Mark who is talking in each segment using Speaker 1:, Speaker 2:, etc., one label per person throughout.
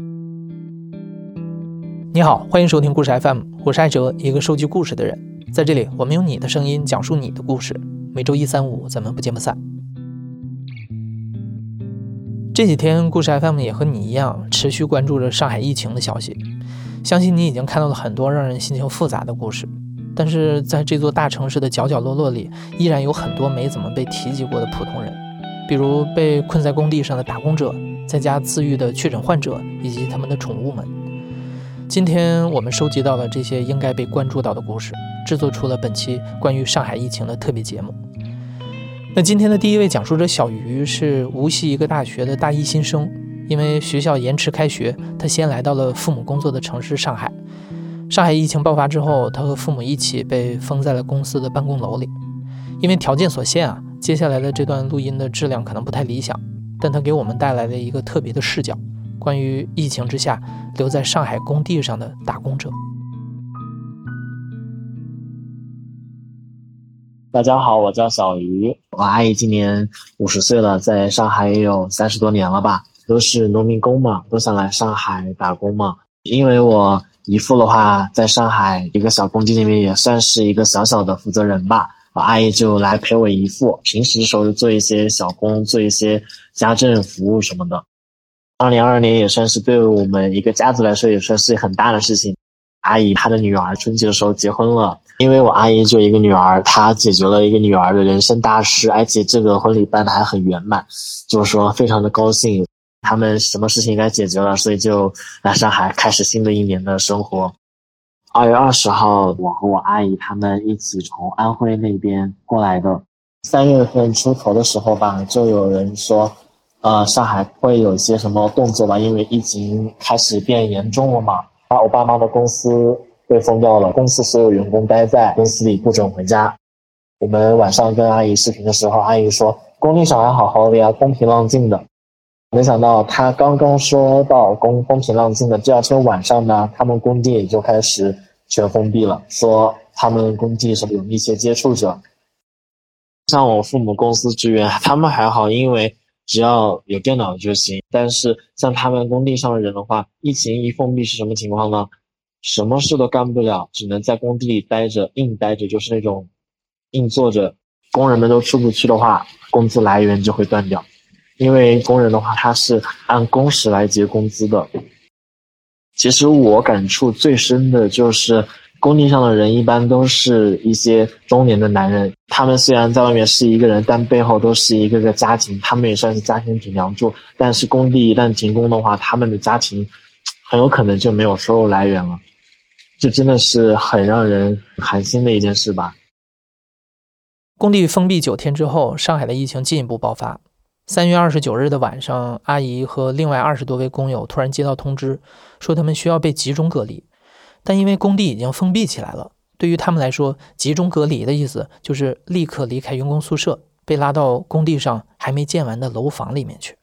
Speaker 1: 你好，欢迎收听故事 FM， 我是艾哲，一个收集故事的人。在这里，我们用你的声音讲述你的故事。每周一、三、五，咱们不见不散。这几天，故事 FM 也和你一样，持续关注着上海疫情的消息。相信你已经看到了很多让人心情复杂的故事，但是在这座大城市的角角落落里，依然有很多没怎么被提及过的普通人，比如被困在工地上的打工者，在家自愈的确诊患者，以及他们的宠物们。今天我们收集到了这些应该被关注到的故事，制作出了本期关于上海疫情的特别节目。那今天的第一位讲述者小鱼是无锡一个大学的大一新生，因为学校延迟开学，他先来到了父母工作的城市上海。上海疫情爆发之后，他和父母一起被封在了公司的办公楼里。因为条件所限接下来的这段录音的质量可能不太理想，但他给我们带来了一个特别的视角，关于疫情之下留在上海工地上的打工者。
Speaker 2: 大家好，我叫小鱼，我阿姨今年50岁了，在上海也有30多年了吧，都是农民工嘛，都想来上海打工嘛。因为我姨父的话，在上海一个小工地里面也算是一个小小的负责人吧，我阿姨就来陪我姨父，平时的时候就做一些小工，做一些家政服务什么的。2022年也算是对我们一个家族来说也算是很大的事情。阿姨她的女儿春节的时候结婚了，因为我阿姨就一个女儿，她解决了一个女儿的人生大事，而且这个婚礼办得还很圆满，就是说非常的高兴，他们什么事情该解决了，所以就来上海开始新的一年的生活。2月20号，我和我阿姨他们一起从安徽那边过来的。3月份出头的时候吧，就有人说上海会有一些什么动作吧，因为疫情开始变严重了嘛。我爸妈的公司被封掉了，公司所有员工待在公司里不准回家。我们晚上跟阿姨视频的时候，阿姨说工地上还好好的呀，风平浪静的。没想到她刚刚说到风平浪静的第二天晚上呢，他们工地也就开始全封闭了，说他们工地是有密切接触者。像我父母公司职员他们还好，因为只要有电脑就行，但是像他们工地上的人的话，疫情一封闭是什么情况呢？什么事都干不了，只能在工地里待着，硬待着，就是那种硬坐着。工人们都出不去的话，工资来源就会断掉，因为工人的话他是按工时来结工资的。其实我感触最深的就是工地上的人一般都是一些中年的男人，他们虽然在外面是一个人，但背后都是一个个家庭，他们也算是家庭顶梁柱，但是工地一旦停工的话，他们的家庭很有可能就没有收入来源了，这真的是很让人寒心的一件事吧。
Speaker 1: 工地封闭9天之后，上海的疫情进一步爆发。3月29日的晚上，阿姨和另外20多位工友突然接到通知，说他们需要被集中隔离。但因为工地已经封闭起来了，对于他们来说，集中隔离的意思就是立刻离开员工宿舍，被拉到工地上还没建完的楼房里面去。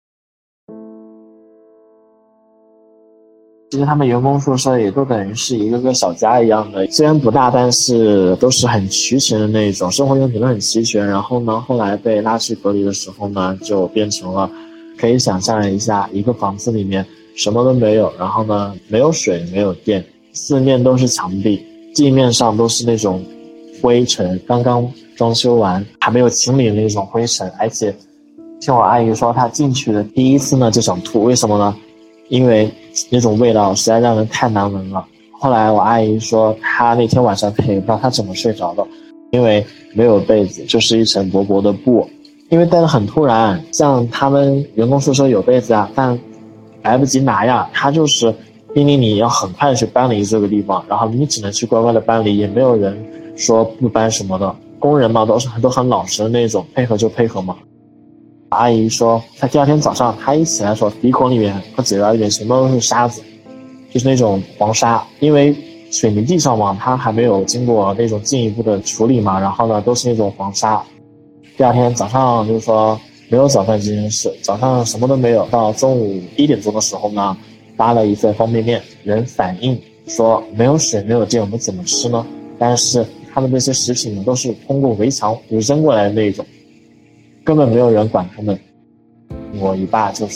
Speaker 2: 其实他们员工宿舍也都等于是一个个小家一样的，虽然不大，但是都是很齐全的那种，生活用品都很齐全。然后呢，后来被拉去隔离的时候呢，就变成了可以想象一下，一个房子里面什么都没有，然后呢，没有水，没有电，四面都是墙壁，地面上都是那种灰尘，刚刚装修完还没有清理的那种灰尘。而且听我阿姨说，她进去的第一次呢就想吐，为什么呢？因为那种味道实在让人太难闻了。后来我阿姨说，她那天晚上她也不知道她怎么睡着的，因为没有被子，就是一层薄薄的布。因为待得很突然，像他们员工宿舍有被子但来不及拿呀，他就是命令你要很快去搬离这个地方，然后你只能去乖乖的搬离，也没有人说不搬什么的。工人嘛都很老实的那种，配合就配合嘛。阿姨说她第二天早上她一起来说，鼻孔里面和嘴巴里面全都是沙子，就是那种黄沙，因为水泥地上嘛，它还没有经过那种进一步的处理嘛，然后呢都是那种黄沙。第二天早上就是说没有早饭这件事，早上什么都没有，到中午1点钟的时候呢，发了一份方便面，人反映说没有水没有电，我们怎么吃呢？但是他们这些食品呢都是通过围墙就扔过来的那种，根本没有人管他们。我姨爸就说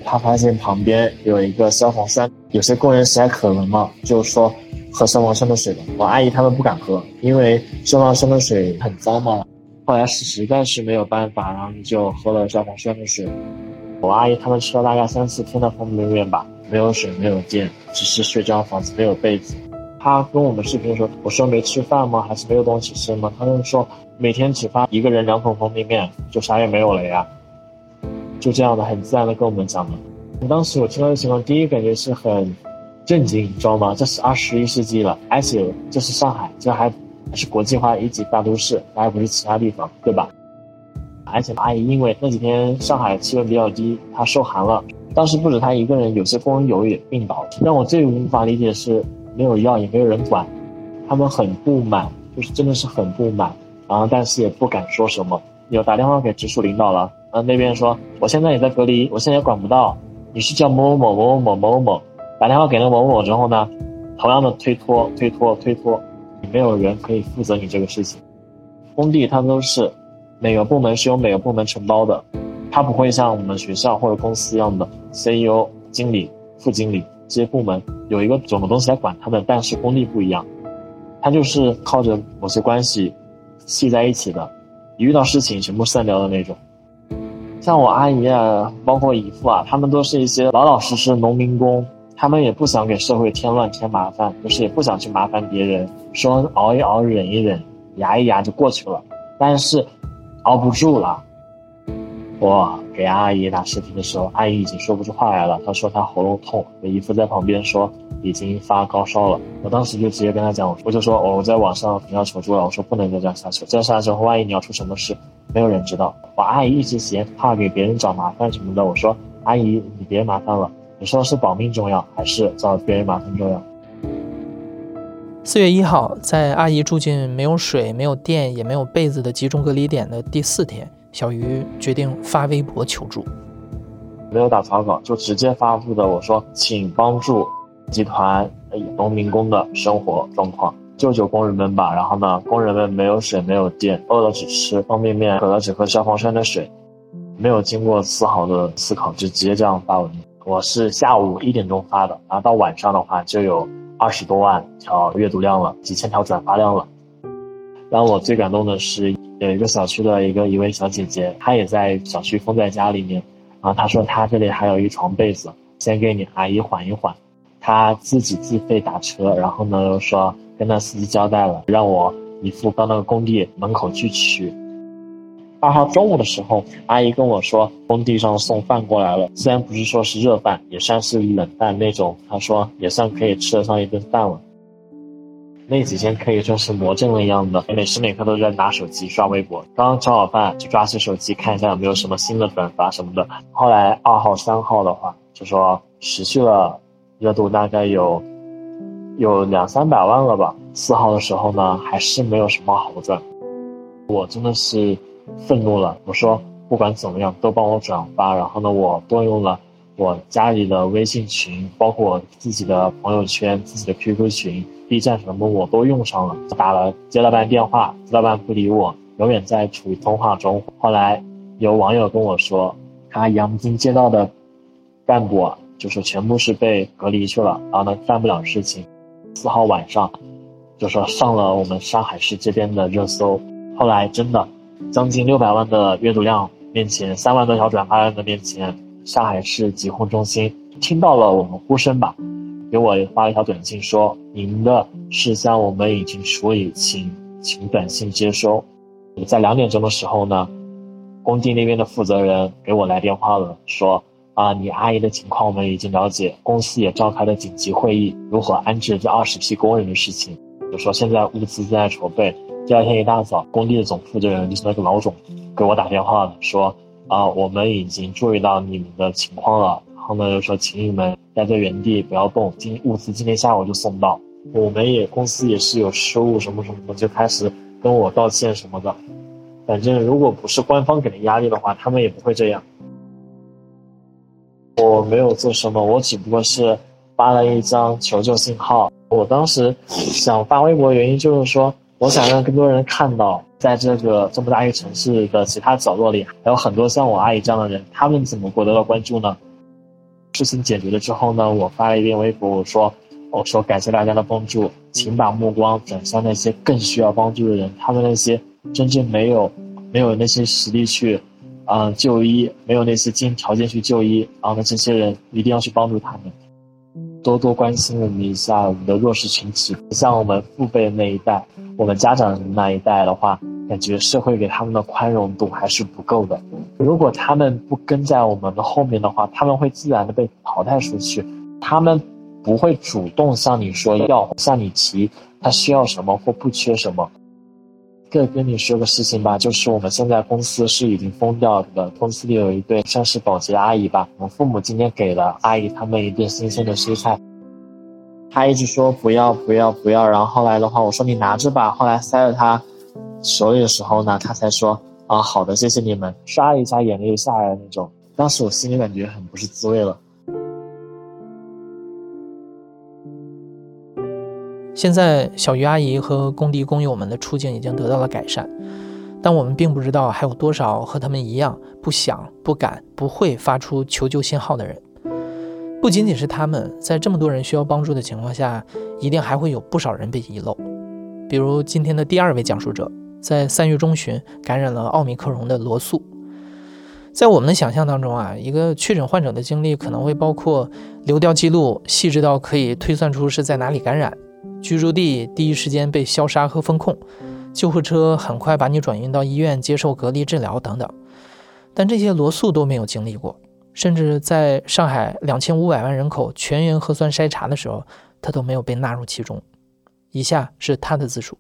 Speaker 2: 他发现旁边有一个消防栓，有些工人实在渴了嘛，就说喝消防栓的水吧。我阿姨他们不敢喝，因为消防栓的水很脏嘛。后来实在是没有办法，然后就喝了消防栓的水。我阿姨他们吃了大概3-4天的方便面吧，没有水没有电，只是睡这样房子没有被子。他跟我们视频说，我说没吃饭吗？还是没有东西吃吗？他们说每天只发一个人2桶方便面，就啥也没有了呀。就这样的很自然的跟我们讲的。当时我听到这情况，第一感觉是很震惊，你知道吗？这是21世纪了，而且这是上海，这还是国际化1级大都市，还不是其他地方，对吧？而且阿姨因为那几天上海气温比较低，她受寒了。当时不止她一个人，有些工友也病倒。让我最无法理解是没有药也没有人管，他们很不满，就是真的是很不满，然后但是也不敢说什么。有打电话给直属领导了，那边说我现在也在隔离，我现在也管不到，你是叫某某某某某某某，打电话给了某某之后呢，同样的推脱，没有人可以负责你这个事情。工地它都是每个部门是由每个部门承包的，它不会像我们学校或者公司一样的 CEO、经理、副经理这些部门有一个总的东西来管他们，但是工地不一样，它就是靠着某些关系系在一起的，一遇到事情全部散掉的那种。像我阿姨啊，包括姨父啊，他们都是一些老老实实的农民工，他们也不想给社会添乱添麻烦，就是也不想去麻烦别人，说熬一熬忍一忍，牙一牙就过去了，但是熬不住了。我给阿姨打视频的时候，阿姨已经说不出话来了，她说她喉咙痛，我姨父在旁边说已经发高烧了。我当时就直接跟她讲，我就说我在网上要求助了，我说不能再这样下去，这样下去后万一你要出什么事没有人知道。我阿姨一直嫌怕给别人找麻烦什么的，我说阿姨你别麻烦了，你说是保命重要还是找别人麻烦重要
Speaker 1: ？4月1号，在阿姨住进没有水、没有电、也没有被子的集中隔离点的第4天，小鱼决定发微博求助。
Speaker 2: 没有打草稿，就直接发布的，我说请帮助集团农民工的生活状况，救救工人们吧。然后呢，工人们没有水没有电，饿了只吃方便面，渴了只喝消防栓的水，没有经过丝毫的思考，就直接这样发文。我是下午1点钟发的，然后到晚上的话就有20多万条阅读量了，几千条转发量了。让我最感动的是有一个小区的一位小姐姐，她也在小区封在家里面，然后她说她这里还有一床被子，先给你阿姨缓一缓。她自己自费打车，然后呢又说跟那司机交代了，让我姨父到那个工地门口去取。2号中午的时候，阿姨跟我说工地上送饭过来了，虽然不是说是热饭，也算是冷饭那种，她说也算可以吃得上一顿饭了。那几天可以说是魔怔了一样的，每时每刻都在拿手机刷微博，刚刚吃好饭就抓起手机看一下有没有什么新的转发什么的。后来2号3号的话就说持续了热度大概有200-300万了吧。4号的时候呢还是没有什么好转，我真的是愤怒了，我说不管怎么样都帮我转发。然后呢我动用了我家里的微信群，包括我自己的朋友圈、自己的 QQ 群、B 站什么我都用上了，接了半电话，接了半不理我，永远在处于通话中。后来有网友跟我说，他阳津街道的干部就是全部是被隔离去了，然后呢干不了事情。4号晚上就说上了我们上海市这边的热搜。后来真的将近600万的阅读量面前，3万多条转发量的面前，上海市疾控中心听到了我们呼声吧，给我发了一条短信说您的事项我们已经处理，请短信接收。在2点钟的时候呢，工地那边的负责人给我来电话了，说你阿姨的情况我们已经了解，公司也召开了紧急会议，如何安置这20批工人的事情，就说现在物资正在筹备。第2天一大早，工地的总负责人就是那个老总给我打电话了，说我们已经注意到你们的情况了，然后呢就说请你们待在原地不要动，物资今天下午就送到。我们公司也是有失误什么什么的，就开始跟我道歉什么的。反正如果不是官方给的压力的话，他们也不会这样。我没有做什么，我只不过是发了一张求救信号。我当时想发微博的原因就是说，我想让更多人看到，在这么大一个城市的其他角落里，还有很多像我阿姨这样的人，他们怎么获得了关注呢？ 事情解决了之后呢，我发了一篇微博，我说感谢大家的帮助，请把目光转向那些更需要帮助的人，他们那些真正没有那些实力去就医，没有那些条件去就医那这些人一定要去帮助他们，多多关心我们一下我们的弱势群体。像我们父辈那一代，我们家长那一代的话，感觉社会给他们的宽容度还是不够的。如果他们不跟在我们的后面的话，他们会自然的被淘汰出去，他们不会主动向你说向你提他需要什么或不缺什么。跟你说个事情吧，就是我们现在公司是已经封掉的，公司里有一对像是保洁阿姨吧，我父母今天给了阿姨他们一顿新鲜的蔬菜，他一直说不要，然后后来的话我说你拿着吧，后来塞了他手里的时候呢，他才说好的，谢谢你们，刷一下眼泪就下来的那种。当时我心里感觉很不是滋味了。
Speaker 1: 现在小鱼阿姨和工地工友们的处境已经得到了改善，但我们并不知道还有多少和他们一样不想、不敢、不会发出求救信号的人。不仅仅是他们，在这么多人需要帮助的情况下，一定还会有不少人被遗漏。比如今天的第二位讲述者，在3月中旬感染了奥密克戎的罗素。在我们的想象当中一个确诊患者的经历可能会包括流调记录细致到可以推算出是在哪里感染，居住地第一时间被消杀和封控，救护车很快把你转运到医院接受隔离治疗等等。但这些罗素都没有经历过，甚至在上海2500万人口全员核酸筛查的时候，他都没有被纳入其中。以下是他的自述。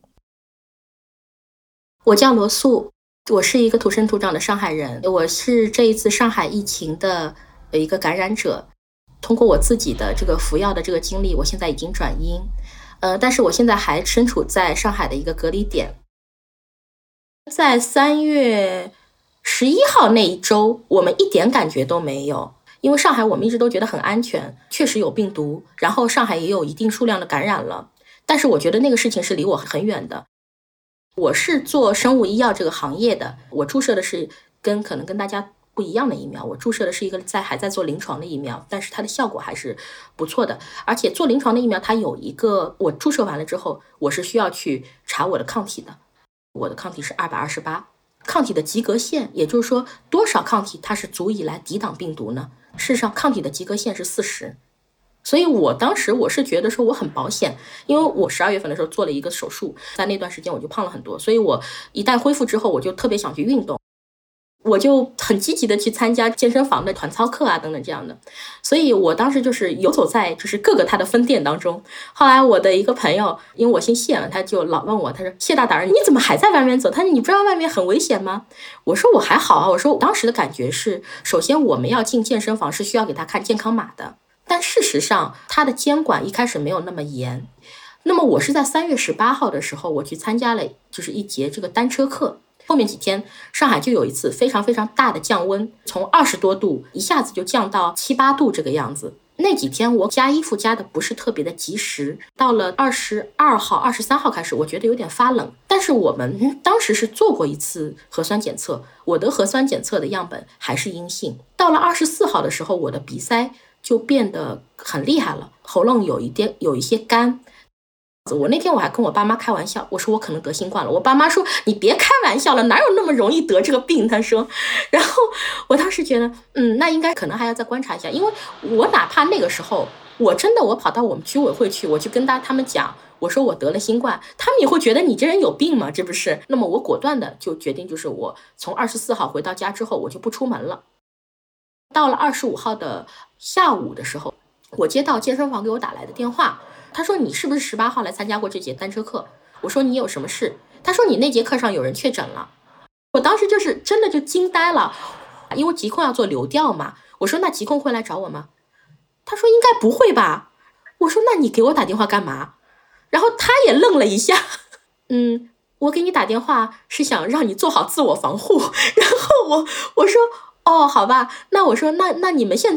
Speaker 3: 我叫罗素，我是一个土生土长的上海人，我是这一次上海疫情的一个感染者。通过我自己的这个服药的这个经历，我现在已经转阴，但是我现在还身处在上海的一个隔离点。在3月11号那一周，我们一点感觉都没有，因为上海我们一直都觉得很安全，确实有病毒，然后上海也有一定数量的感染了，但是我觉得那个事情是离我很远的。我是做生物医药这个行业的，我注射的是可能跟大家不一样的疫苗，我注射的是一个还在做临床的疫苗，但是它的效果还是不错的。而且做临床的疫苗它有一个，我注射完了之后我是需要去查我的抗体的，我的抗体是228，抗体的及格线，也就是说多少抗体它是足以来抵挡病毒呢？事实上抗体的及格线是40，所以我当时我是觉得说我很保险，因为我12月份的时候做了一个手术，在那段时间我就胖了很多，所以我一旦恢复之后我就特别想去运动，我就很积极的去参加健身房的团操课等等这样的，所以我当时就是游走在就是各个他的分店当中。后来我的一个朋友，因为我姓谢，他就老问我，他说谢大胆，你怎么还在外面走？他说你不知道外面很危险吗？我说我还好啊，我说我当时的感觉是，首先我们要进健身房是需要给他看健康码的，但事实上他的监管一开始没有那么严。那么我是在3月18号的时候，我去参加了就是一节这个单车课。后面几天上海就有一次非常非常大的降温，从20多度一下子就降到7、8度这个样子。那几天我加衣服加的不是特别的及时，到了22号、23号开始，我觉得有点发冷。但是我们当时是做过一次核酸检测，我的核酸检测的样本还是阴性。到了24号的时候，我的鼻塞就变得很厉害了，喉咙有一些干。我那天我还跟我爸妈开玩笑，我说我可能得新冠了。我爸妈说你别开玩笑了，哪有那么容易得这个病？他说，然后我当时觉得，那应该可能还要再观察一下，因为我哪怕那个时候我跑到我们居委会去，我去跟他们讲，我说我得了新冠，他们也会觉得你这人有病吗？这不是？那么我果断的就决定，就是我从24号回到家之后，我就不出门了。到了25号的下午的时候，我接到健身房给我打来的电话。他说你是不是18号来参加过这节单车课？我说你有什么事？他说你那节课上有人确诊了。我当时就是真的就惊呆了，因为疾控要做流调嘛。我说那疾控会来找我吗？他说应该不会吧。我说那你给我打电话干嘛？然后他也愣了一下，我给你打电话是想让你做好自我防护。然后我说哦好吧，那我说那你们现在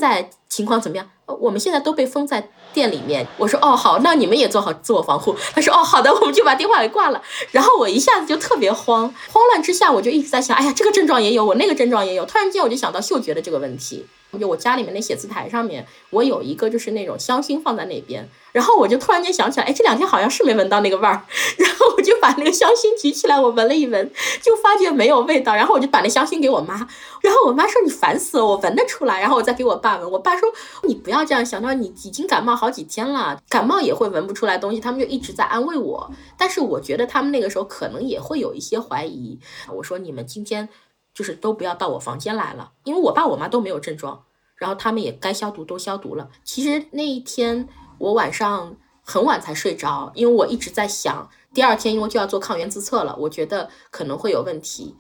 Speaker 3: 情况怎么样？我们现在都被封在店里面。我说哦好，那你们也做好自我防护。他说哦好的，我们就把电话给挂了。然后我一下子就特别慌乱之下，我就一直在想，哎呀，这个症状也有，我那个症状也有。突然间我就想到嗅觉的这个问题，就我家里面那写字台上面，我有一个就是那种香薰放在那边，然后我就突然间想起来，哎，这2天好像是没闻到那个味儿，然后我就把那个香薰举起来，我闻了一闻，就发觉没有味道，然后我就把那香薰给我妈，然后我妈说你烦死了，我闻得出来，然后我再给我爸闻，我爸说你不要这样想到，你已经感冒好几天了，感冒也会闻不出来东西，他们就一直在安慰我，但是我觉得他们那个时候可能也会有一些怀疑，我说你们今天就是都不要到我房间来了，因为我爸我妈都没有症状，然后他们也该消毒都消毒了。其实那一天我晚上很晚才睡着，因为我一直在想第2天因为就要做抗原自测了，我觉得可能会有问题。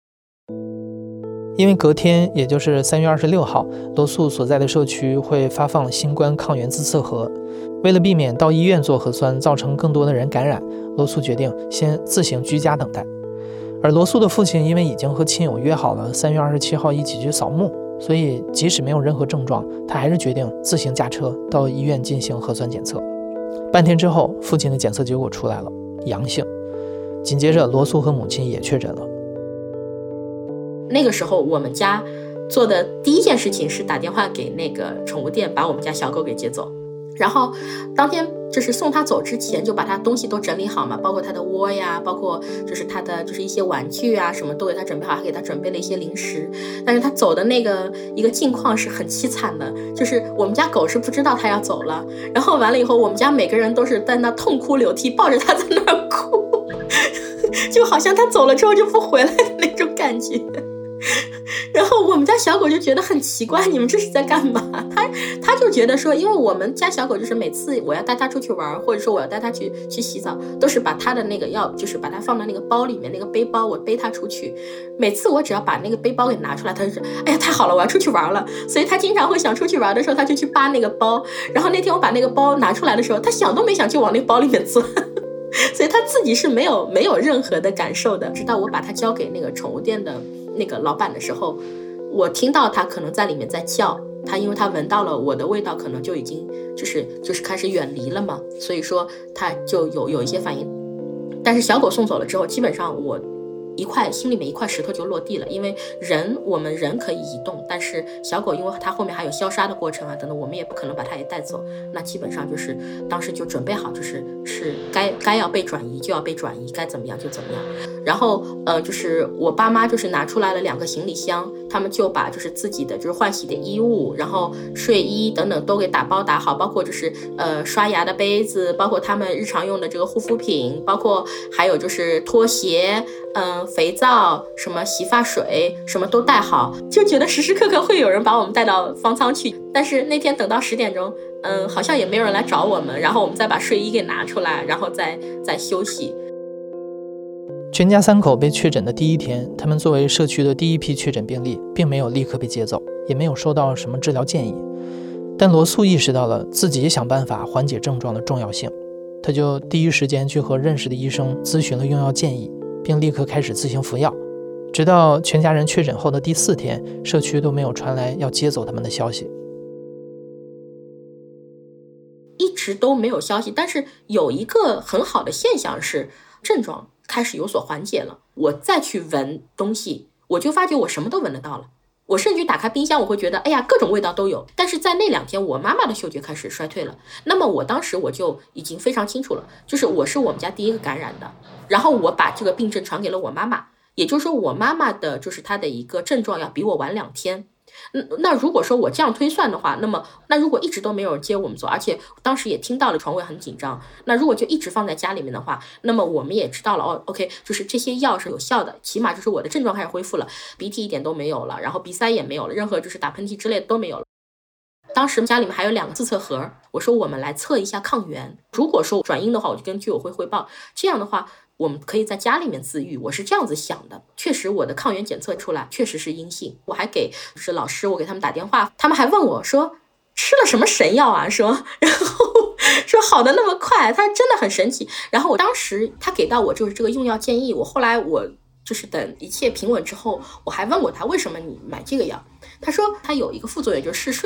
Speaker 1: 因为隔天也就是3月26号，罗素所在的社区会发放新冠抗原自测盒，为了避免到医院做核酸造成更多的人感染，罗素决定先自行居家等待。而罗素的父亲因为已经和亲友约好了3月27号一起去扫墓，所以即使没有任何症状，他还是决定自行驾车到医院进行核酸检测。半天之后，父亲的检测结果出来了，阳性。紧接着罗素和母亲也确诊了。
Speaker 3: 那个时候我们家做的第一件事情是打电话给那个宠物店，把我们家小狗给接走，然后当天就是送他走之前就把他东西都整理好嘛，包括他的窝呀，包括就是他的就是一些玩具啊什么都给他准备好，还给他准备了一些零食。但是他走的那个一个境况是很凄惨的，就是我们家狗是不知道他要走了，然后完了以后我们家每个人都是在那痛哭流涕，抱着他在那儿哭就好像他走了之后就不回来的那种感觉。然后我们家小狗就觉得很奇怪，你们这是在干嘛？他就觉得说，因为我们家小狗就是每次我要带它出去玩，或者说我要带它去洗澡，都是把它的那个就是把它放到那个包里面，那个背包我背它出去。每次我只要把那个背包给拿出来，它就说哎呀太好了，我要出去玩了。所以它经常会想出去玩的时候，它就去扒那个包。然后那天我把那个包拿出来的时候，它想都没想就往那个包里面钻。所以他自己是没有任何的感受的，直到我把它交给那个宠物店的那个老板的时候，我听到他可能在里面在叫他，因为他闻到了我的味道，可能就已经就是开始远离了嘛，所以说他就有一些反应。但是小狗送走了之后，基本上我心里面一块石头就落地了，因为我们人可以移动，但是小狗因为它后面还有消杀的过程啊等等，我们也不可能把它也带走，那基本上就是当时就准备好，就是该要被转移就要被转移，该怎么样就怎么样。然后就是我爸妈就是拿出来了2个行李箱，他们就把就是自己的就是换洗的衣物，然后睡衣等等都给打包打好，包括就是刷牙的杯子，包括他们日常用的这个护肤品，包括还有就是拖鞋肥皂什么洗发水什么都带好，就觉得时时刻刻会有人把我们带到方舱去。但是那天等到10点钟好像也没有人来找我们，然后我们再把睡衣给拿出来，然后再休息。
Speaker 1: 全家3口被确诊的第1天，他们作为社区的第一批确诊病例，并没有立刻被接走，也没有收到什么治疗建议。但罗素意识到了自己想办法缓解症状的重要性，他就第一时间去和认识的医生咨询了用药建议，并立刻开始自行服药。直到全家人确诊后的第4天，社区都没有传来要接走他们的消息。
Speaker 3: 一直都没有消息，但是有一个很好的现象是症状开始有所缓解了。我再去闻东西，我就发觉我什么都闻得到了。我甚至打开冰箱，我会觉得哎呀各种味道都有。但是在那2天我妈妈的嗅觉开始衰退了，那么我当时我就已经非常清楚了，就是我是我们家第一个感染的，然后我把这个病症传给了我妈妈，也就是说我妈妈的就是她的一个症状要比我晚2天。那如果说我这样推算的话，那如果一直都没有人接我们走，而且当时也听到了床位很紧张，那如果就一直放在家里面的话，那么我们也知道了OK， 就是这些药是有效的，起码就是我的症状开始恢复了，鼻涕一点都没有了，然后鼻塞也没有了，任何就是打喷嚏之类的都没有了。当时家里面还有2个自测盒，我说我们来测一下抗原，如果说转阴的话，我就跟居委会汇报，这样的话我们可以在家里面自愈，我是这样子想的。确实我的抗原检测出来确实是阴性，我还给就是老师，我给他们打电话，他们还问我说吃了什么神药啊，然后说好的那么快，他真的很神奇。然后我当时他给到我就是这个用药建议，我后来我就是等一切平稳之后，我还问过他为什么你买这个药，他说他有一个副作用就是嗜睡，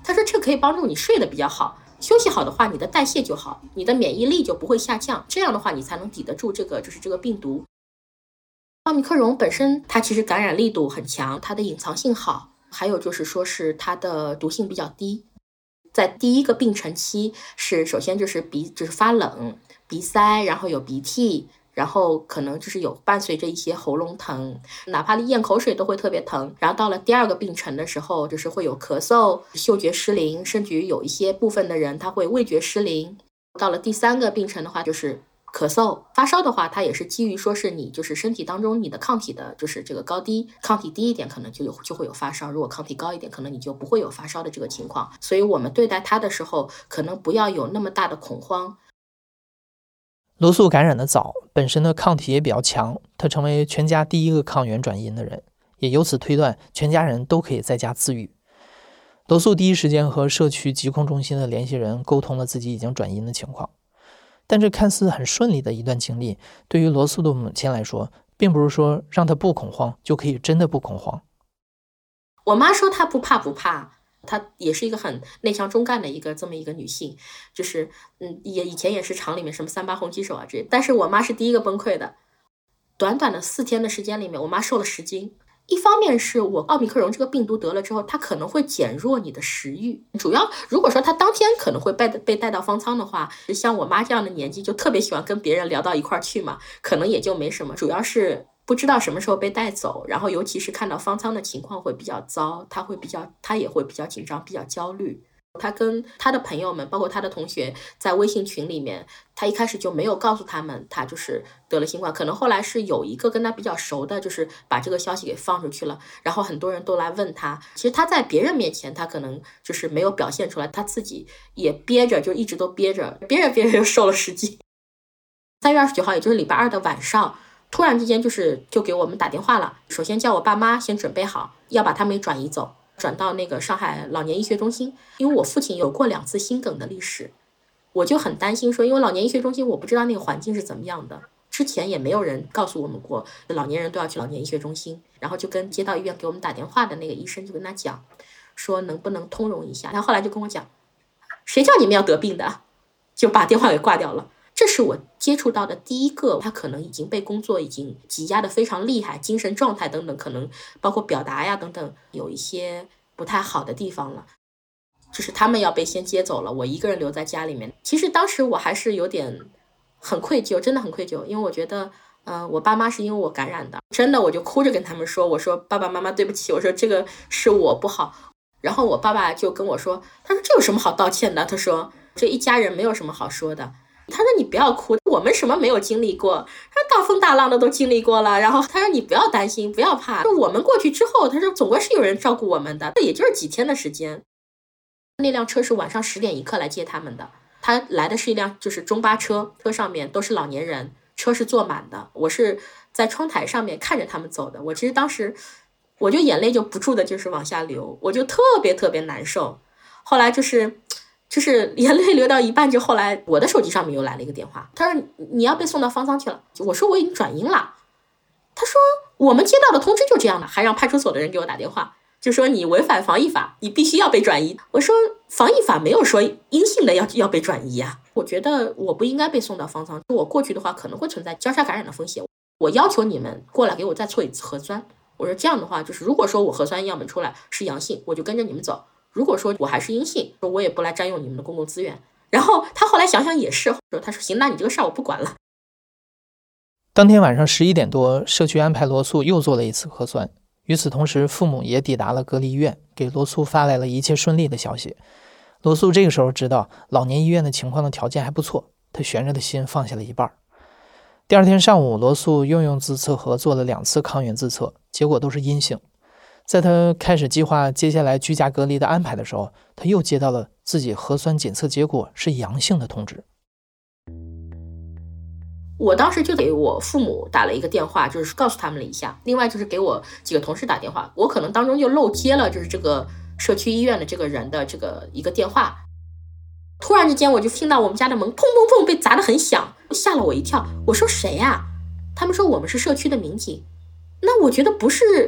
Speaker 3: 他说这可以帮助你睡得比较好，休息好的话，你的代谢就好，你的免疫力就不会下降，这样的话你才能抵得住这个病毒。奥密克戎本身它其实感染力度很强，它的隐藏性好，还有就是说是它的毒性比较低。在第一个病程期是首先就是发冷、鼻塞，然后有鼻涕，然后可能就是有伴随着一些喉咙疼，哪怕咽口水都会特别疼。然后到了第二个病程的时候，就是会有咳嗽、嗅觉失灵，甚至于有一些部分的人他会味觉失灵。到了第三个病程的话，就是咳嗽。发烧的话，它也是基于说是你就是身体当中你的抗体的就是这个高低，抗体低一点可能就会有发烧，如果抗体高一点可能你就不会有发烧的这个情况。所以我们对待它的时候可能不要有那么大的恐慌。
Speaker 1: 罗素感染的早，本身的抗体也比较强，他成为全家第一个抗原转阴的人，也由此推断全家人都可以在家自愈。罗素第一时间和社区疾控中心的联系人沟通了自己已经转阴的情况，但这看似很顺利的一段经历，对于罗素的母亲来说，并不是说让她不恐慌就可以真的不恐慌。
Speaker 3: 我妈说她不怕，她也是一个很内向中干的这么一个女性，就是以前也是厂里面什么3-8红旗手啊这些，但是我妈是第一个崩溃的。短短的4天的时间里面，我妈瘦了10斤。一方面是我奥密克戎这个病毒得了之后，它可能会减弱你的食欲，主要如果说它当天可能会被带到方舱的话，像我妈这样的年纪就特别喜欢跟别人聊到一块儿去嘛，可能也就没什么，主要是不知道什么时候被带走，然后尤其是看到方舱的情况会比较糟，他也会比较紧张，比较焦虑。他跟他的朋友们包括他的同学在微信群里面，他一开始就没有告诉他们他就是得了新冠，可能后来是有一个跟他比较熟的就是把这个消息给放出去了，然后很多人都来问他，其实他在别人面前他可能就是没有表现出来，他自己也憋着，就一直都憋着又瘦了10斤。3月29号也就是礼拜2的晚上，突然之间就给我们打电话了，首先叫我爸妈先准备好要把他们转移走，转到那个上海老年医学中心，因为我父亲有过2次心梗的历史，我就很担心说，因为老年医学中心我不知道那个环境是怎么样的，之前也没有人告诉我们过老年人都要去老年医学中心，然后就跟街道医院给我们打电话的那个医生就跟他讲说能不能通融一下，然后后来就跟我讲谁叫你们要得病的，就把电话给挂掉了。这是我接触到的第一个他可能已经被工作已经挤压的非常厉害，精神状态等等可能包括表达呀等等有一些不太好的地方了，就是他们要被先接走了，我一个人留在家里面。其实当时我还是有点很愧疚，真的很愧疚，因为我觉得我爸妈是因为我感染的，真的我就哭着跟他们说，我说爸爸妈妈对不起，我说这个是我不好。然后我爸爸就跟我说，他说这有什么好道歉的，他说这一家人没有什么好说的，他说你不要哭，我们什么没有经历过，他说大风大浪的都经历过了，然后他说你不要担心不要怕，我们过去之后他说总归是有人照顾我们的，也就是几天的时间。那辆车是晚上10点一刻来接他们的，他来的是一辆就是中巴车，车上面都是老年人，车是坐满的，我是在窗台上面看着他们走的，我其实当时我就眼泪就不住的就是往下流，我就特别特别难受。后来就是眼泪流到一半，就后来我的手机上面又来了一个电话，他说你要被送到方舱去了，我说我已经转阴了，他说我们接到的通知就这样的，还让派出所的人给我打电话，就说你违反防疫法，你必须要被转移。我说防疫法没有说阴性的要被转移啊，我觉得我不应该被送到方舱，我过去的话可能会存在交叉感染的风险，我要求你们过来给我再做一次核酸。我说这样的话，就是如果说我核酸样本出来是阳性，我就跟着你们走，如果说我还是阴性，说我也不来占用你们的公共资源。然后他后来想想也是，他说行，那你这个事儿我不管了。
Speaker 1: 当天晚上11点多，社区安排罗素又做了一次核酸，与此同时父母也抵达了隔离医院，给罗素发来了一切顺利的消息。罗素这个时候知道老年医院的情况的条件还不错，他悬着的心放下了一半。第2天上午，罗素又用自测盒做了2次抗原自测，结果都是阴性。在他开始计划接下来居家隔离的安排的时候，他又接到了自己核酸检测结果是阳性的通知。
Speaker 3: 我当时就给我父母打了一个电话，就是告诉他们了一下，另外就是给我几个同事打电话，我可能当中就漏接了就是这个社区医院的这个人的这个一个电话。突然之间我就听到我们家的门砰砰砰被砸得很响，吓了我一跳，我说谁啊？他们说我们是社区的民警。那我觉得不是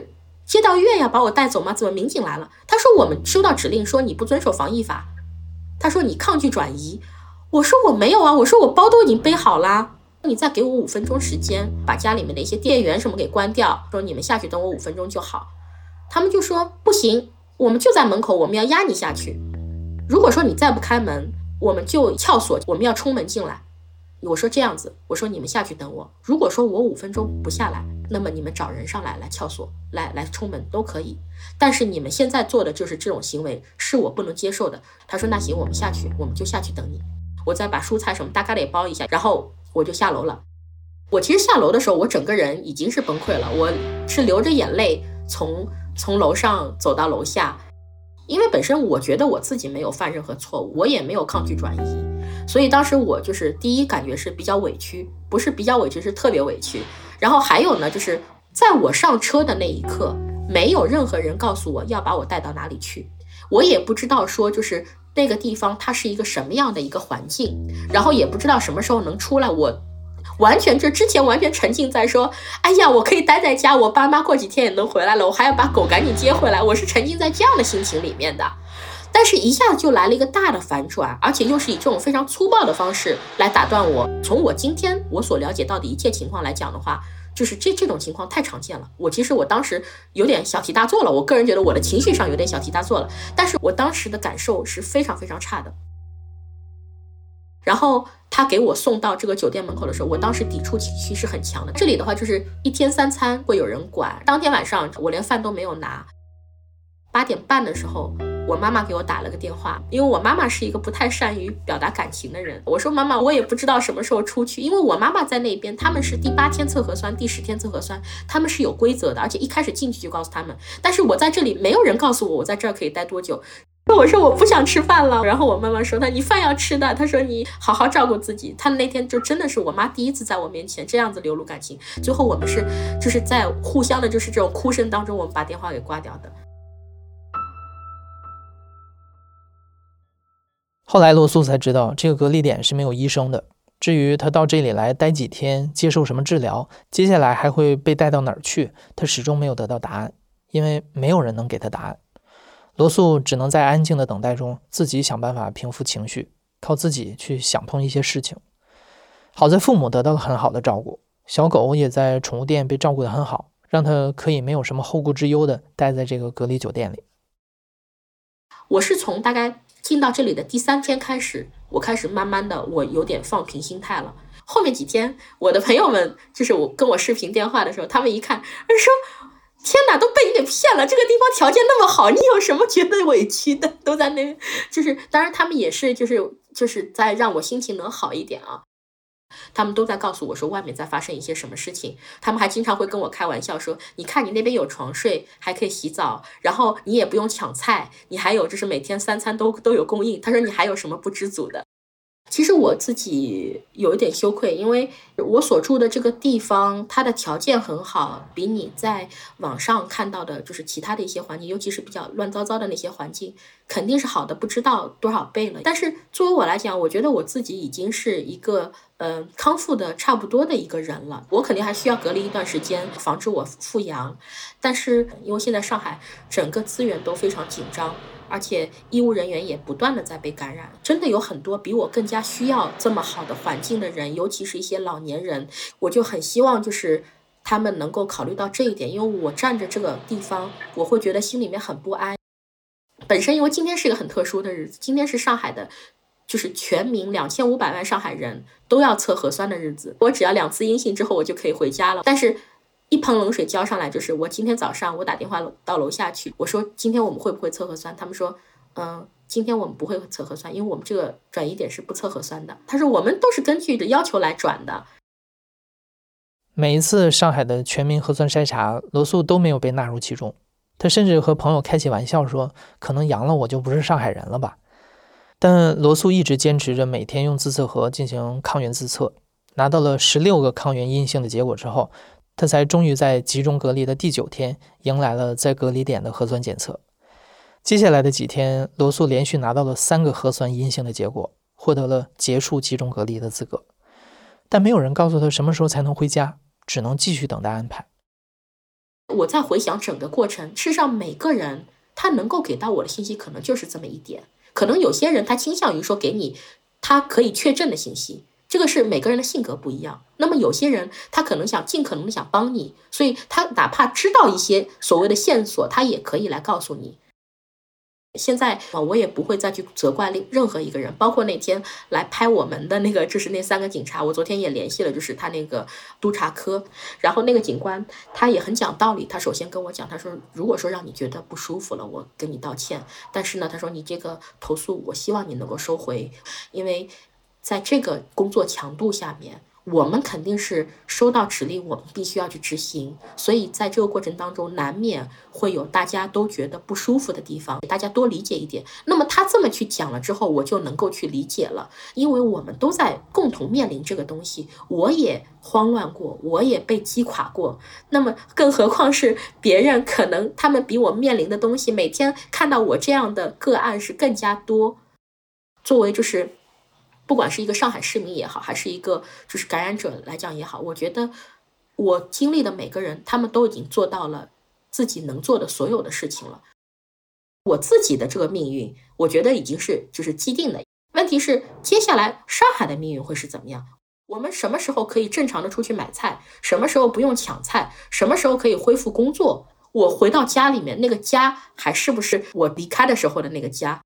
Speaker 3: 街道医院要把我带走吗？怎么民警来了？他说我们收到指令说你不遵守防疫法，他说你抗拒转移。我说我没有啊，我说我包都已经背好啦，你再给我5分钟时间，把家里面的一些电源什么给关掉，说你们下去等我5分钟就好。他们就说不行，我们就在门口，我们要押你下去。如果说你再不开门，我们就撬锁，我们要冲门进来。我说这样子，我说你们下去等我，如果说我5分钟不下来，那么你们找人上来撬锁，来冲门都可以，但是你们现在做的就是这种行为，是我不能接受的。他说那行，我们下去，我们就下去等你，我再把蔬菜什么大概的也包一下，然后我就下楼了。我其实下楼的时候，我整个人已经是崩溃了，我是流着眼泪从楼上走到楼下，因为本身我觉得我自己没有犯任何错误，我也没有抗拒转移，所以当时我就是第一感觉是比较委屈，不是比较委屈，是特别委屈。然后还有呢，就是在我上车的那一刻，没有任何人告诉我要把我带到哪里去，我也不知道说就是那个地方它是一个什么样的一个环境，然后也不知道什么时候能出来。我完全就之前完全沉浸在说，哎呀，我可以待在家，我爸妈过几天也能回来了，我还要把狗赶紧接回来，我是沉浸在这样的心情里面的。但是一下子就来了一个大的反转，而且又是以这种非常粗暴的方式来打断我。从我今天我所了解到的一切情况来讲的话，就是这种情况太常见了。其实我当时有点小题大做了，我个人觉得我的情绪上有点小题大做了，但是我当时的感受是非常非常差的。然后他给我送到这个酒店门口的时候，我当时抵触情绪是很强的。这里的话就是1天3餐会有人管，当天晚上我连饭都没有拿。8点半的时候，我妈妈给我打了个电话，因为我妈妈是一个不太善于表达感情的人。我说妈妈，我也不知道什么时候出去，因为我妈妈在那边，他们是第8天测核酸，第10天测核酸，他们是有规则的，而且一开始进去就告诉他们。但是我在这里没有人告诉我在这儿可以待多久。我说我不想吃饭了，然后我妈妈说你饭要吃的，她说你好好照顾自己。她那天就真的是我妈第一次在我面前这样子流露感情。最后我们就是在互相的就是这种哭声当中，我们把电话给挂掉的。
Speaker 1: 后来罗素才知道，这个隔离点是没有医生的。至于他到这里来待几天，接受什么治疗，接下来还会被带到哪儿去，他始终没有得到答案，因为没有人能给他答案。罗素只能在安静的等待中自己想办法平复情绪，靠自己去想通一些事情。好在父母得到了很好的照顾，小狗也在宠物店被照顾得很好，让他可以没有什么后顾之忧的待在这个隔离酒店里。
Speaker 3: 我是从大概进到这里的第3天开始，我开始慢慢的我有点放平心态了。后面几天我的朋友们就是我跟我视频电话的时候，他们一看说天哪，都被你给骗了，这个地方条件那么好，你有什么觉得委屈的？都在那边，就是当然他们也是就是在让我心情能好一点啊。他们都在告诉我说外面在发生一些什么事情，他们还经常会跟我开玩笑说，你看你那边有床睡，还可以洗澡，然后你也不用抢菜，你还有就是每天3餐都有供应，他说你还有什么不知足的。其实我自己有一点羞愧，因为我所住的这个地方它的条件很好，比你在网上看到的就是其他的一些环境，尤其是比较乱糟糟的那些环境肯定是好的不知道多少倍了。但是作为我来讲，我觉得我自己已经是一个康复的差不多的一个人了，我肯定还需要隔离一段时间防止我复阳。但是因为现在上海整个资源都非常紧张，而且医务人员也不断的在被感染，真的有很多比我更加需要这么好的环境的人，尤其是一些老年人，我就很希望就是他们能够考虑到这一点。因为我站着这个地方，我会觉得心里面很不安。本身因为今天是一个很特殊的日子，今天是上海的就是全民2500万上海人都要测核酸的日子，我只要2次阴性之后我就可以回家了。但是一盆冷水浇上来，就是我今天早上我打电话到楼下去，我说今天我们会不会测核酸，他们说今天我们不会测核酸，因为我们这个转移点是不测核酸的。他说我们都是根据的要求来转的。
Speaker 1: 每一次上海的全民核酸筛查，罗素都没有被纳入其中。他甚至和朋友开起玩笑说，可能阳了我就不是上海人了吧。但罗素一直坚持着每天用自测盒进行抗原自测，拿到了16个抗原阴性的结果之后，他才终于在集中隔离的第9天迎来了在隔离点的核酸检测。接下来的几天，罗素连续拿到了3个核酸阴性的结果，获得了结束集中隔离的资格。但没有人告诉他什么时候才能回家，只能继续等待安排。
Speaker 3: 我在回想整个过程，事实上每个人他能够给到我的信息可能就是这么一点，可能有些人他倾向于说给你他可以确证的信息，这个是每个人的性格不一样。那么有些人他可能想尽可能的想帮你，所以他哪怕知道一些所谓的线索，他也可以来告诉你。现在我也不会再去责怪任何一个人，包括那天来拍我们的那个，就是那3个警察，我昨天也联系了，就是他那个督察科，然后那个警官他也很讲道理，他首先跟我讲，他说如果说让你觉得不舒服了，我跟你道歉，但是呢，他说你这个投诉我希望你能够收回，因为在这个工作强度下面，我们肯定是收到指令，我们必须要去执行，所以在这个过程当中，难免会有大家都觉得不舒服的地方，大家多理解一点。那么他这么去讲了之后，我就能够去理解了，因为我们都在共同面临这个东西，我也慌乱过，我也被击垮过，那么更何况是别人，可能他们比我面临的东西，每天看到我这样的个案是更加多。作为就是不管是一个上海市民也好，还是一个就是感染者来讲也好，我觉得我经历的每个人，他们都已经做到了自己能做的所有的事情了。我自己的这个命运，我觉得已经是就是既定的。问题是接下来上海的命运会是怎么样？我们什么时候可以正常的出去买菜？什么时候不用抢菜？什么时候可以恢复工作？我回到家里面，那个家还是不是我离开的时候的那个家？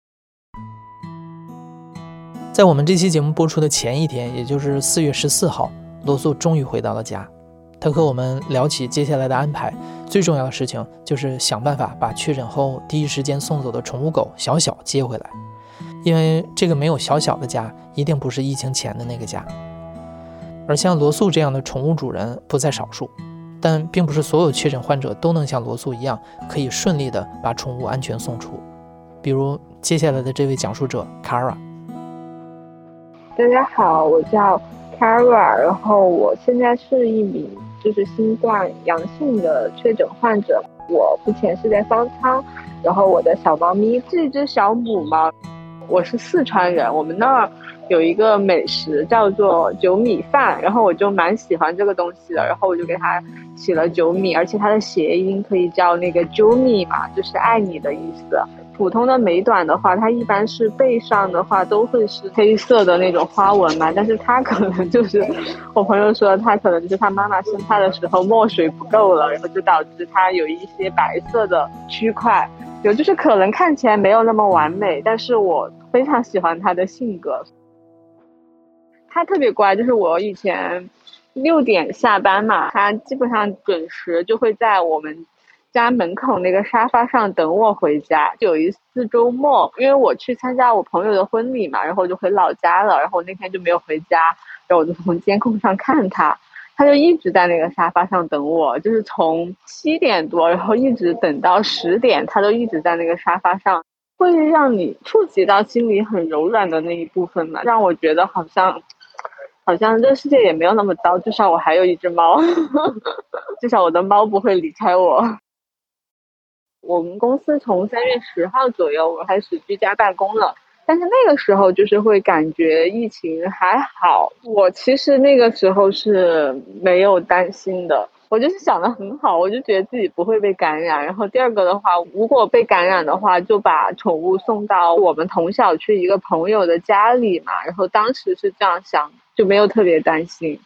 Speaker 1: 在我们这期节目播出的前一天，也就是4月14号，罗素终于回到了家。他和我们聊起接下来的安排，最重要的事情就是想办法把确诊后第一时间送走的宠物狗小小接回来，因为这个没有小小的家，一定不是疫情前的那个家。而像罗素这样的宠物主人不在少数，但并不是所有确诊患者都能像罗素一样，可以顺利的把宠物安全送出。比如接下来的这位讲述者 Kara。
Speaker 4: 大家好，我叫 Kara， 然后我现在是一名就是新冠阳性的确诊患者。我目前是在方舱，然后我的小猫咪是一只小母猫。我是四川人，我们那儿有一个美食叫做酒米饭，然后我就蛮喜欢这个东西的，然后我就给它起了酒米，而且它的谐音可以叫那个啾米嘛，就是爱你的意思。普通的美短的话，它一般是背上的话都会是黑色的那种花纹嘛，但是它可能就是我朋友说它可能就是它妈妈生它的时候墨水不够了，然后就导致它有一些白色的区块，就是可能看起来没有那么完美，但是我非常喜欢它的性格。它特别乖，就是我以前6点下班嘛，它基本上准时就会在我们家门口那个沙发上等我回家。就有一次周末，因为我去参加我朋友的婚礼嘛，然后我就回老家了，然后我那天就没有回家，然后我就从监控上看他就一直在那个沙发上等我，就是从7点多然后一直等到10点，他都一直在那个沙发上，会让你触及到心里很柔软的那一部分嘛，让我觉得好像这个世界也没有那么糟，至少我还有一只猫至少我的猫不会离开我。我们公司从3月10号左右我开始居家办公了，但是那个时候就是会感觉疫情还好，我其实那个时候是没有担心的，我就是想得很好，我就觉得自己不会被感染。然后第二个的话，如果被感染的话，就把宠物送到我们同小区一个朋友的家里嘛，然后当时是这样想，就没有特别担心。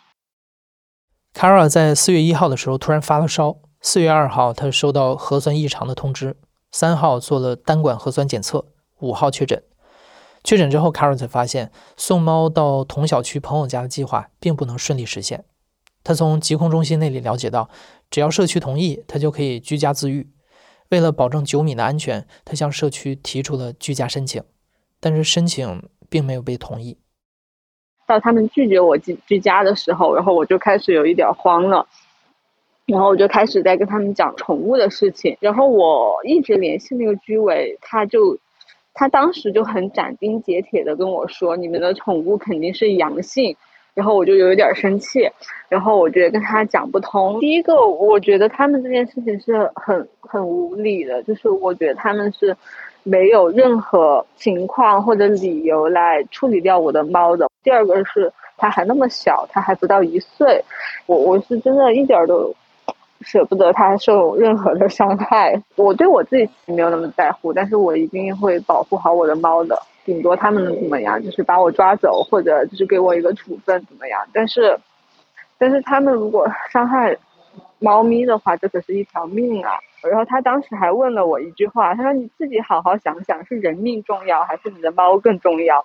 Speaker 1: Kara 在4月1号的时候突然发了烧，4月2号他收到核酸异常的通知，3号做了单管核酸检测，5号确诊。确诊之后 Kara 才发现送猫到同小区朋友家的计划并不能顺利实现。他从疾控中心那里了解到，只要社区同意，他就可以居家自愈。为了保证9米的安全，他向社区提出了居家申请，但是申请并没有被同意。
Speaker 4: 到他们拒绝我居家的时候，然后我就开始有一点慌了，然后我就开始在跟他们讲宠物的事情，然后我一直联系那个居委，他当时就很斩钉截铁的跟我说，你们的宠物肯定是阳性，然后我就有点生气，然后我觉得跟他讲不通。第一个，我觉得他们这件事情是很无理的，就是我觉得他们是没有任何情况或者理由来处理掉我的猫的。第二个是他还那么小，他还不到1岁，我是真的一点都舍不得它受任何的伤害。我对我自己没有那么在乎，但是我一定会保护好我的猫的。顶多他们能怎么样，就是把我抓走，或者就是给我一个处分怎么样。但是他们如果伤害猫咪的话，这可是一条命啊。然后他当时还问了我一句话，他说你自己好好想想，是人命重要还是你的猫更重要。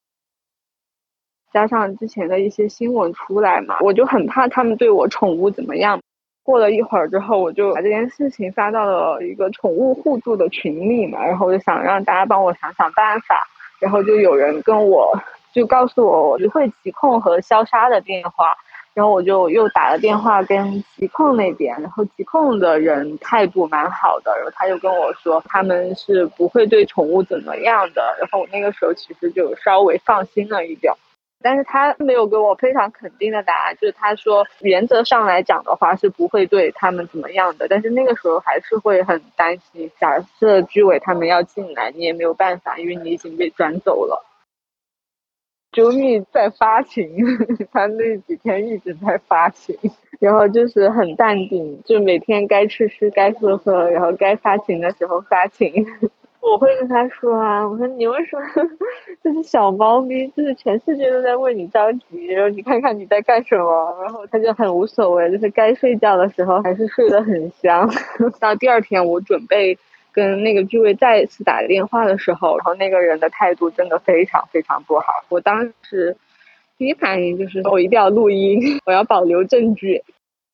Speaker 4: 加上之前的一些新闻出来嘛，我就很怕他们对我宠物怎么样。过了一会儿之后，我就把这件事情发到了一个宠物互助的群里嘛，然后我就想让大家帮我想想办法。然后就有人跟我就告诉我会疾控和消杀的电话，然后我就又打了电话跟疾控那边，然后疾控的人态度蛮好的，然后他就跟我说他们是不会对宠物怎么样的，然后我那个时候其实就稍微放心了一点。但是他没有给我非常肯定的答案，就是他说原则上来讲的话是不会对他们怎么样的，但是那个时候还是会很担心，假设居委他们要进来，你也没有办法，因为你已经被转走了。周密在发情，他那几天一直在发情，然后就是很淡定，就每天该吃吃该喝喝，然后该发情的时候发情。我会跟他说啊，我说你为什么这是小猫咪，就是全世界都在为你着急，然后你看看你在干什么，然后他就很无所谓，就是该睡觉的时候还是睡得很香。到第二天我准备跟那个居委再一次打电话的时候，然后那个人的态度真的非常非常不好。我当时第一反应就是我一定要录音，我要保留证据。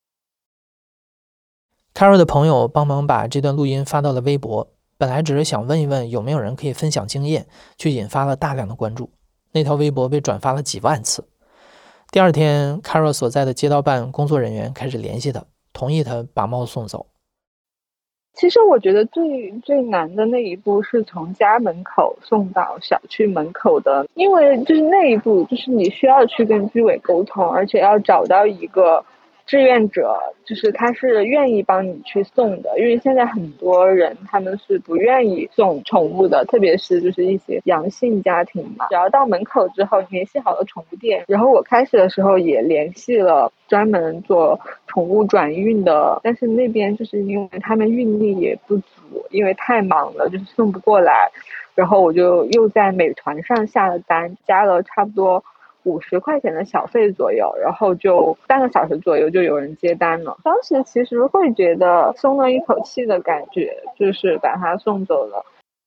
Speaker 1: Carol 的朋友帮忙把这段录音发到了微博，本来只是想问一问有没有人可以分享经验，却引发了大量的关注。那条微博被转发了几万次。第二天 Carol 所在的街道办工作人员开始联系他，同意他把猫送走。
Speaker 4: 其实我觉得最难的那一步是从家门口送到小区门口的，因为就是那一步就是你需要去跟居委沟通，而且要找到一个志愿者，就是他是愿意帮你去送的。因为现在很多人他们是不愿意送宠物的，特别是就是一些阳性家庭嘛。只要到门口之后联系好了宠物店，然后我开始的时候也联系了专门做宠物转运的，但是那边就是因为他们运力也不足，因为太忙了，就是送不过来。然后我就又在美团上下了单，加了差不多50块钱的小费左右，然后就半个小时左右就有人接单了。当时其实会觉得松了一口气的感觉，就是把它送走了。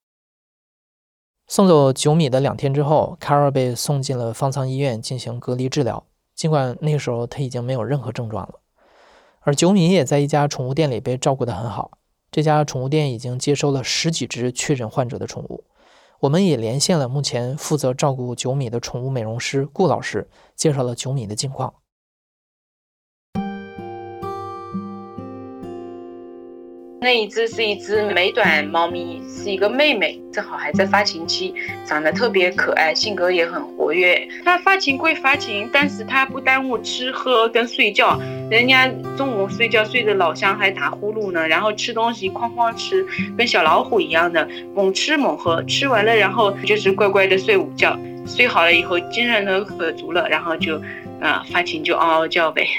Speaker 1: 送走9米的2天之后， Carol 被送进了方舱医院进行隔离治疗，尽管那个时候他已经没有任何症状了。而9米也在一家宠物店里被照顾得很好，这家宠物店已经接收了10几只确诊患者的宠物。我们也连线了目前负责照顾9米的宠物美容师顾老师，介绍了9米的近况。
Speaker 5: 那一只是一只美短猫咪，是一个妹妹，正好还在发情期，长得特别可爱，性格也很活跃。它发情归发情，但是它不耽误吃喝跟睡觉。人家中午睡觉睡得老香，还打呼噜呢，然后吃东西哐哐吃，跟小老虎一样的猛吃猛喝，吃完了然后就是乖乖的睡午觉，睡好了以后精神都可足了，然后就发情就嗷嗷叫呗。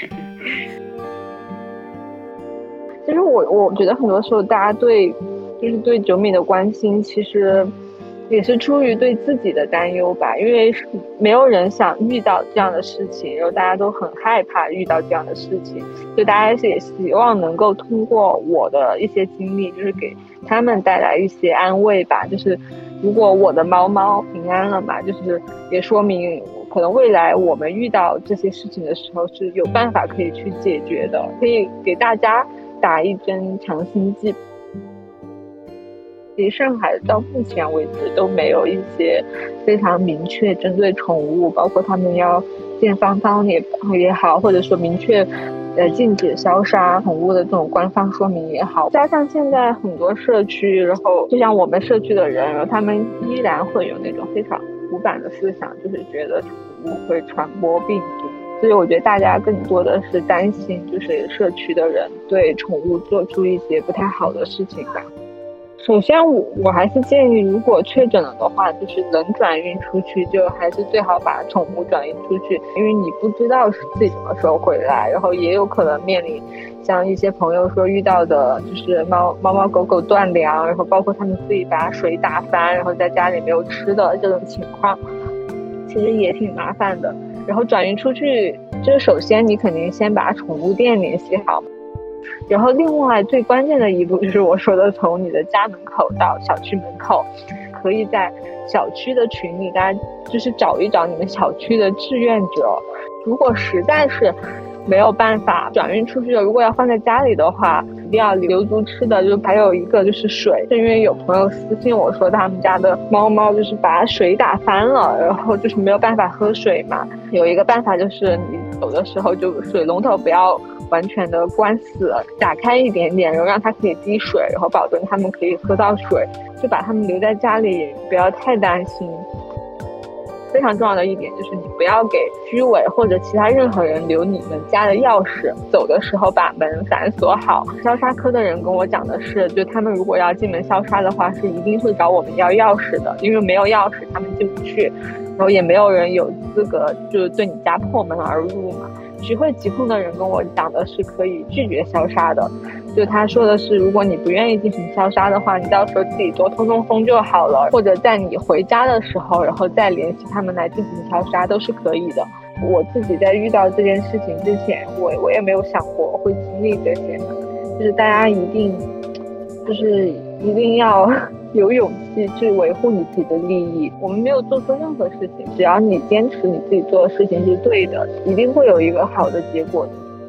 Speaker 4: 其实我觉得很多时候大家对9米的关心，其实也是出于对自己的担忧吧，因为没有人想遇到这样的事情，然后大家都很害怕遇到这样的事情，所以大家也希望能够通过我的一些经历，就是给他们带来一些安慰吧。就是如果我的猫猫平安了嘛，就是也说明可能未来我们遇到这些事情的时候是有办法可以去解决的，可以给大家打一针强心剂。其实上海到目前为止都没有一些非常明确针对宠物，包括他们要建方舱也好，或者说明确禁止消杀宠物的这种官方说明也好，加上现在很多社区，然后就像我们社区的人，然后他们依然会有那种非常古板的思想，就是觉得宠物会传播病毒。所以我觉得大家更多的是担心，就是社区的人对宠物做出一些不太好的事情吧。 首先我还是建议，如果确诊了的话，就是能转运出去就还是最好把宠物转运出去，因为你不知道自己什么时候回来，然后也有可能面临像一些朋友说遇到的就是猫狗狗断粮，然后包括他们自己把水打翻，然后在家里没有吃的这种情况，其实也挺麻烦的。然后转运出去，就是首先你肯定先把宠物店联系好，然后另外最关键的一步就是我说的，从你的家门口到小区门口，可以在小区的群里大家就是找一找你们小区的志愿者，如果实在是没有办法转运出去的，如果要放在家里的话，一定要留足吃的，就还有一个就是水，因为有朋友私信我说他们家的猫就是把水打翻了，然后就是没有办法喝水嘛。有一个办法就是你走的时候就水龙头不要完全的关死，打开一点点，然后让它可以滴水，然后保证它们可以喝到水，就把它们留在家里，不要太担心。非常重要的一点就是你不要给居委或者其他任何人留你们家的钥匙，走的时候把门反锁好。消杀科的人跟我讲的是，就他们如果要进门消杀的话，是一定会找我们要钥匙的，因为没有钥匙他们进不去，然后也没有人有资格就是对你家破门而入嘛。学会疾控的人跟我讲的是可以拒绝消杀的，就他说的是，如果你不愿意进行消杀的话，你到时候自己多通风就好了，或者在你回家的时候，然后再联系他们来进行消杀都是可以的。我自己在遇到这件事情之前，我也没有想过会经历这些，就是大家一定要有勇气去维护你自己的利益。我们没有做错任何事情，只要你坚持你自己做的事情是对的，一定会有一个好的结果的。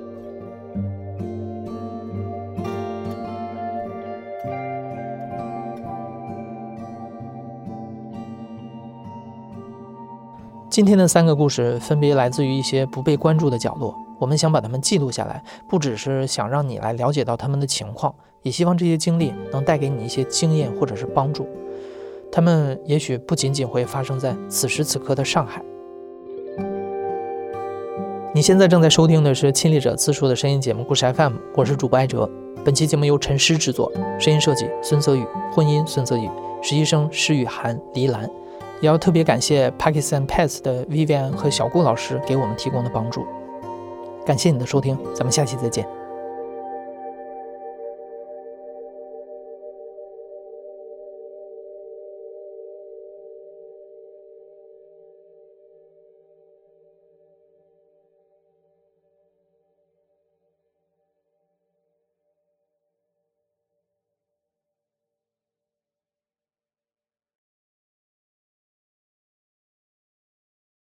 Speaker 1: 今天的3个故事分别来自于一些不被关注的角落，我们想把它们记录下来，不只是想让你来了解到他们的情况，也希望这些经历能带给你一些经验或者是帮助。他们也许不仅仅会发生在此时此刻的上海。你现在正在收听的是亲历者自述的声音节目故事 FM， 我是主播艾哲。本期节目由陈诗制作，声音设计孙泽宇，混音孙泽宇，实习生施雨涵、黎兰。也要特别感谢 Pakistan Pets 的 Vivian 和小顾老师给我们提供的帮助。感谢你的收听，咱们下期再见。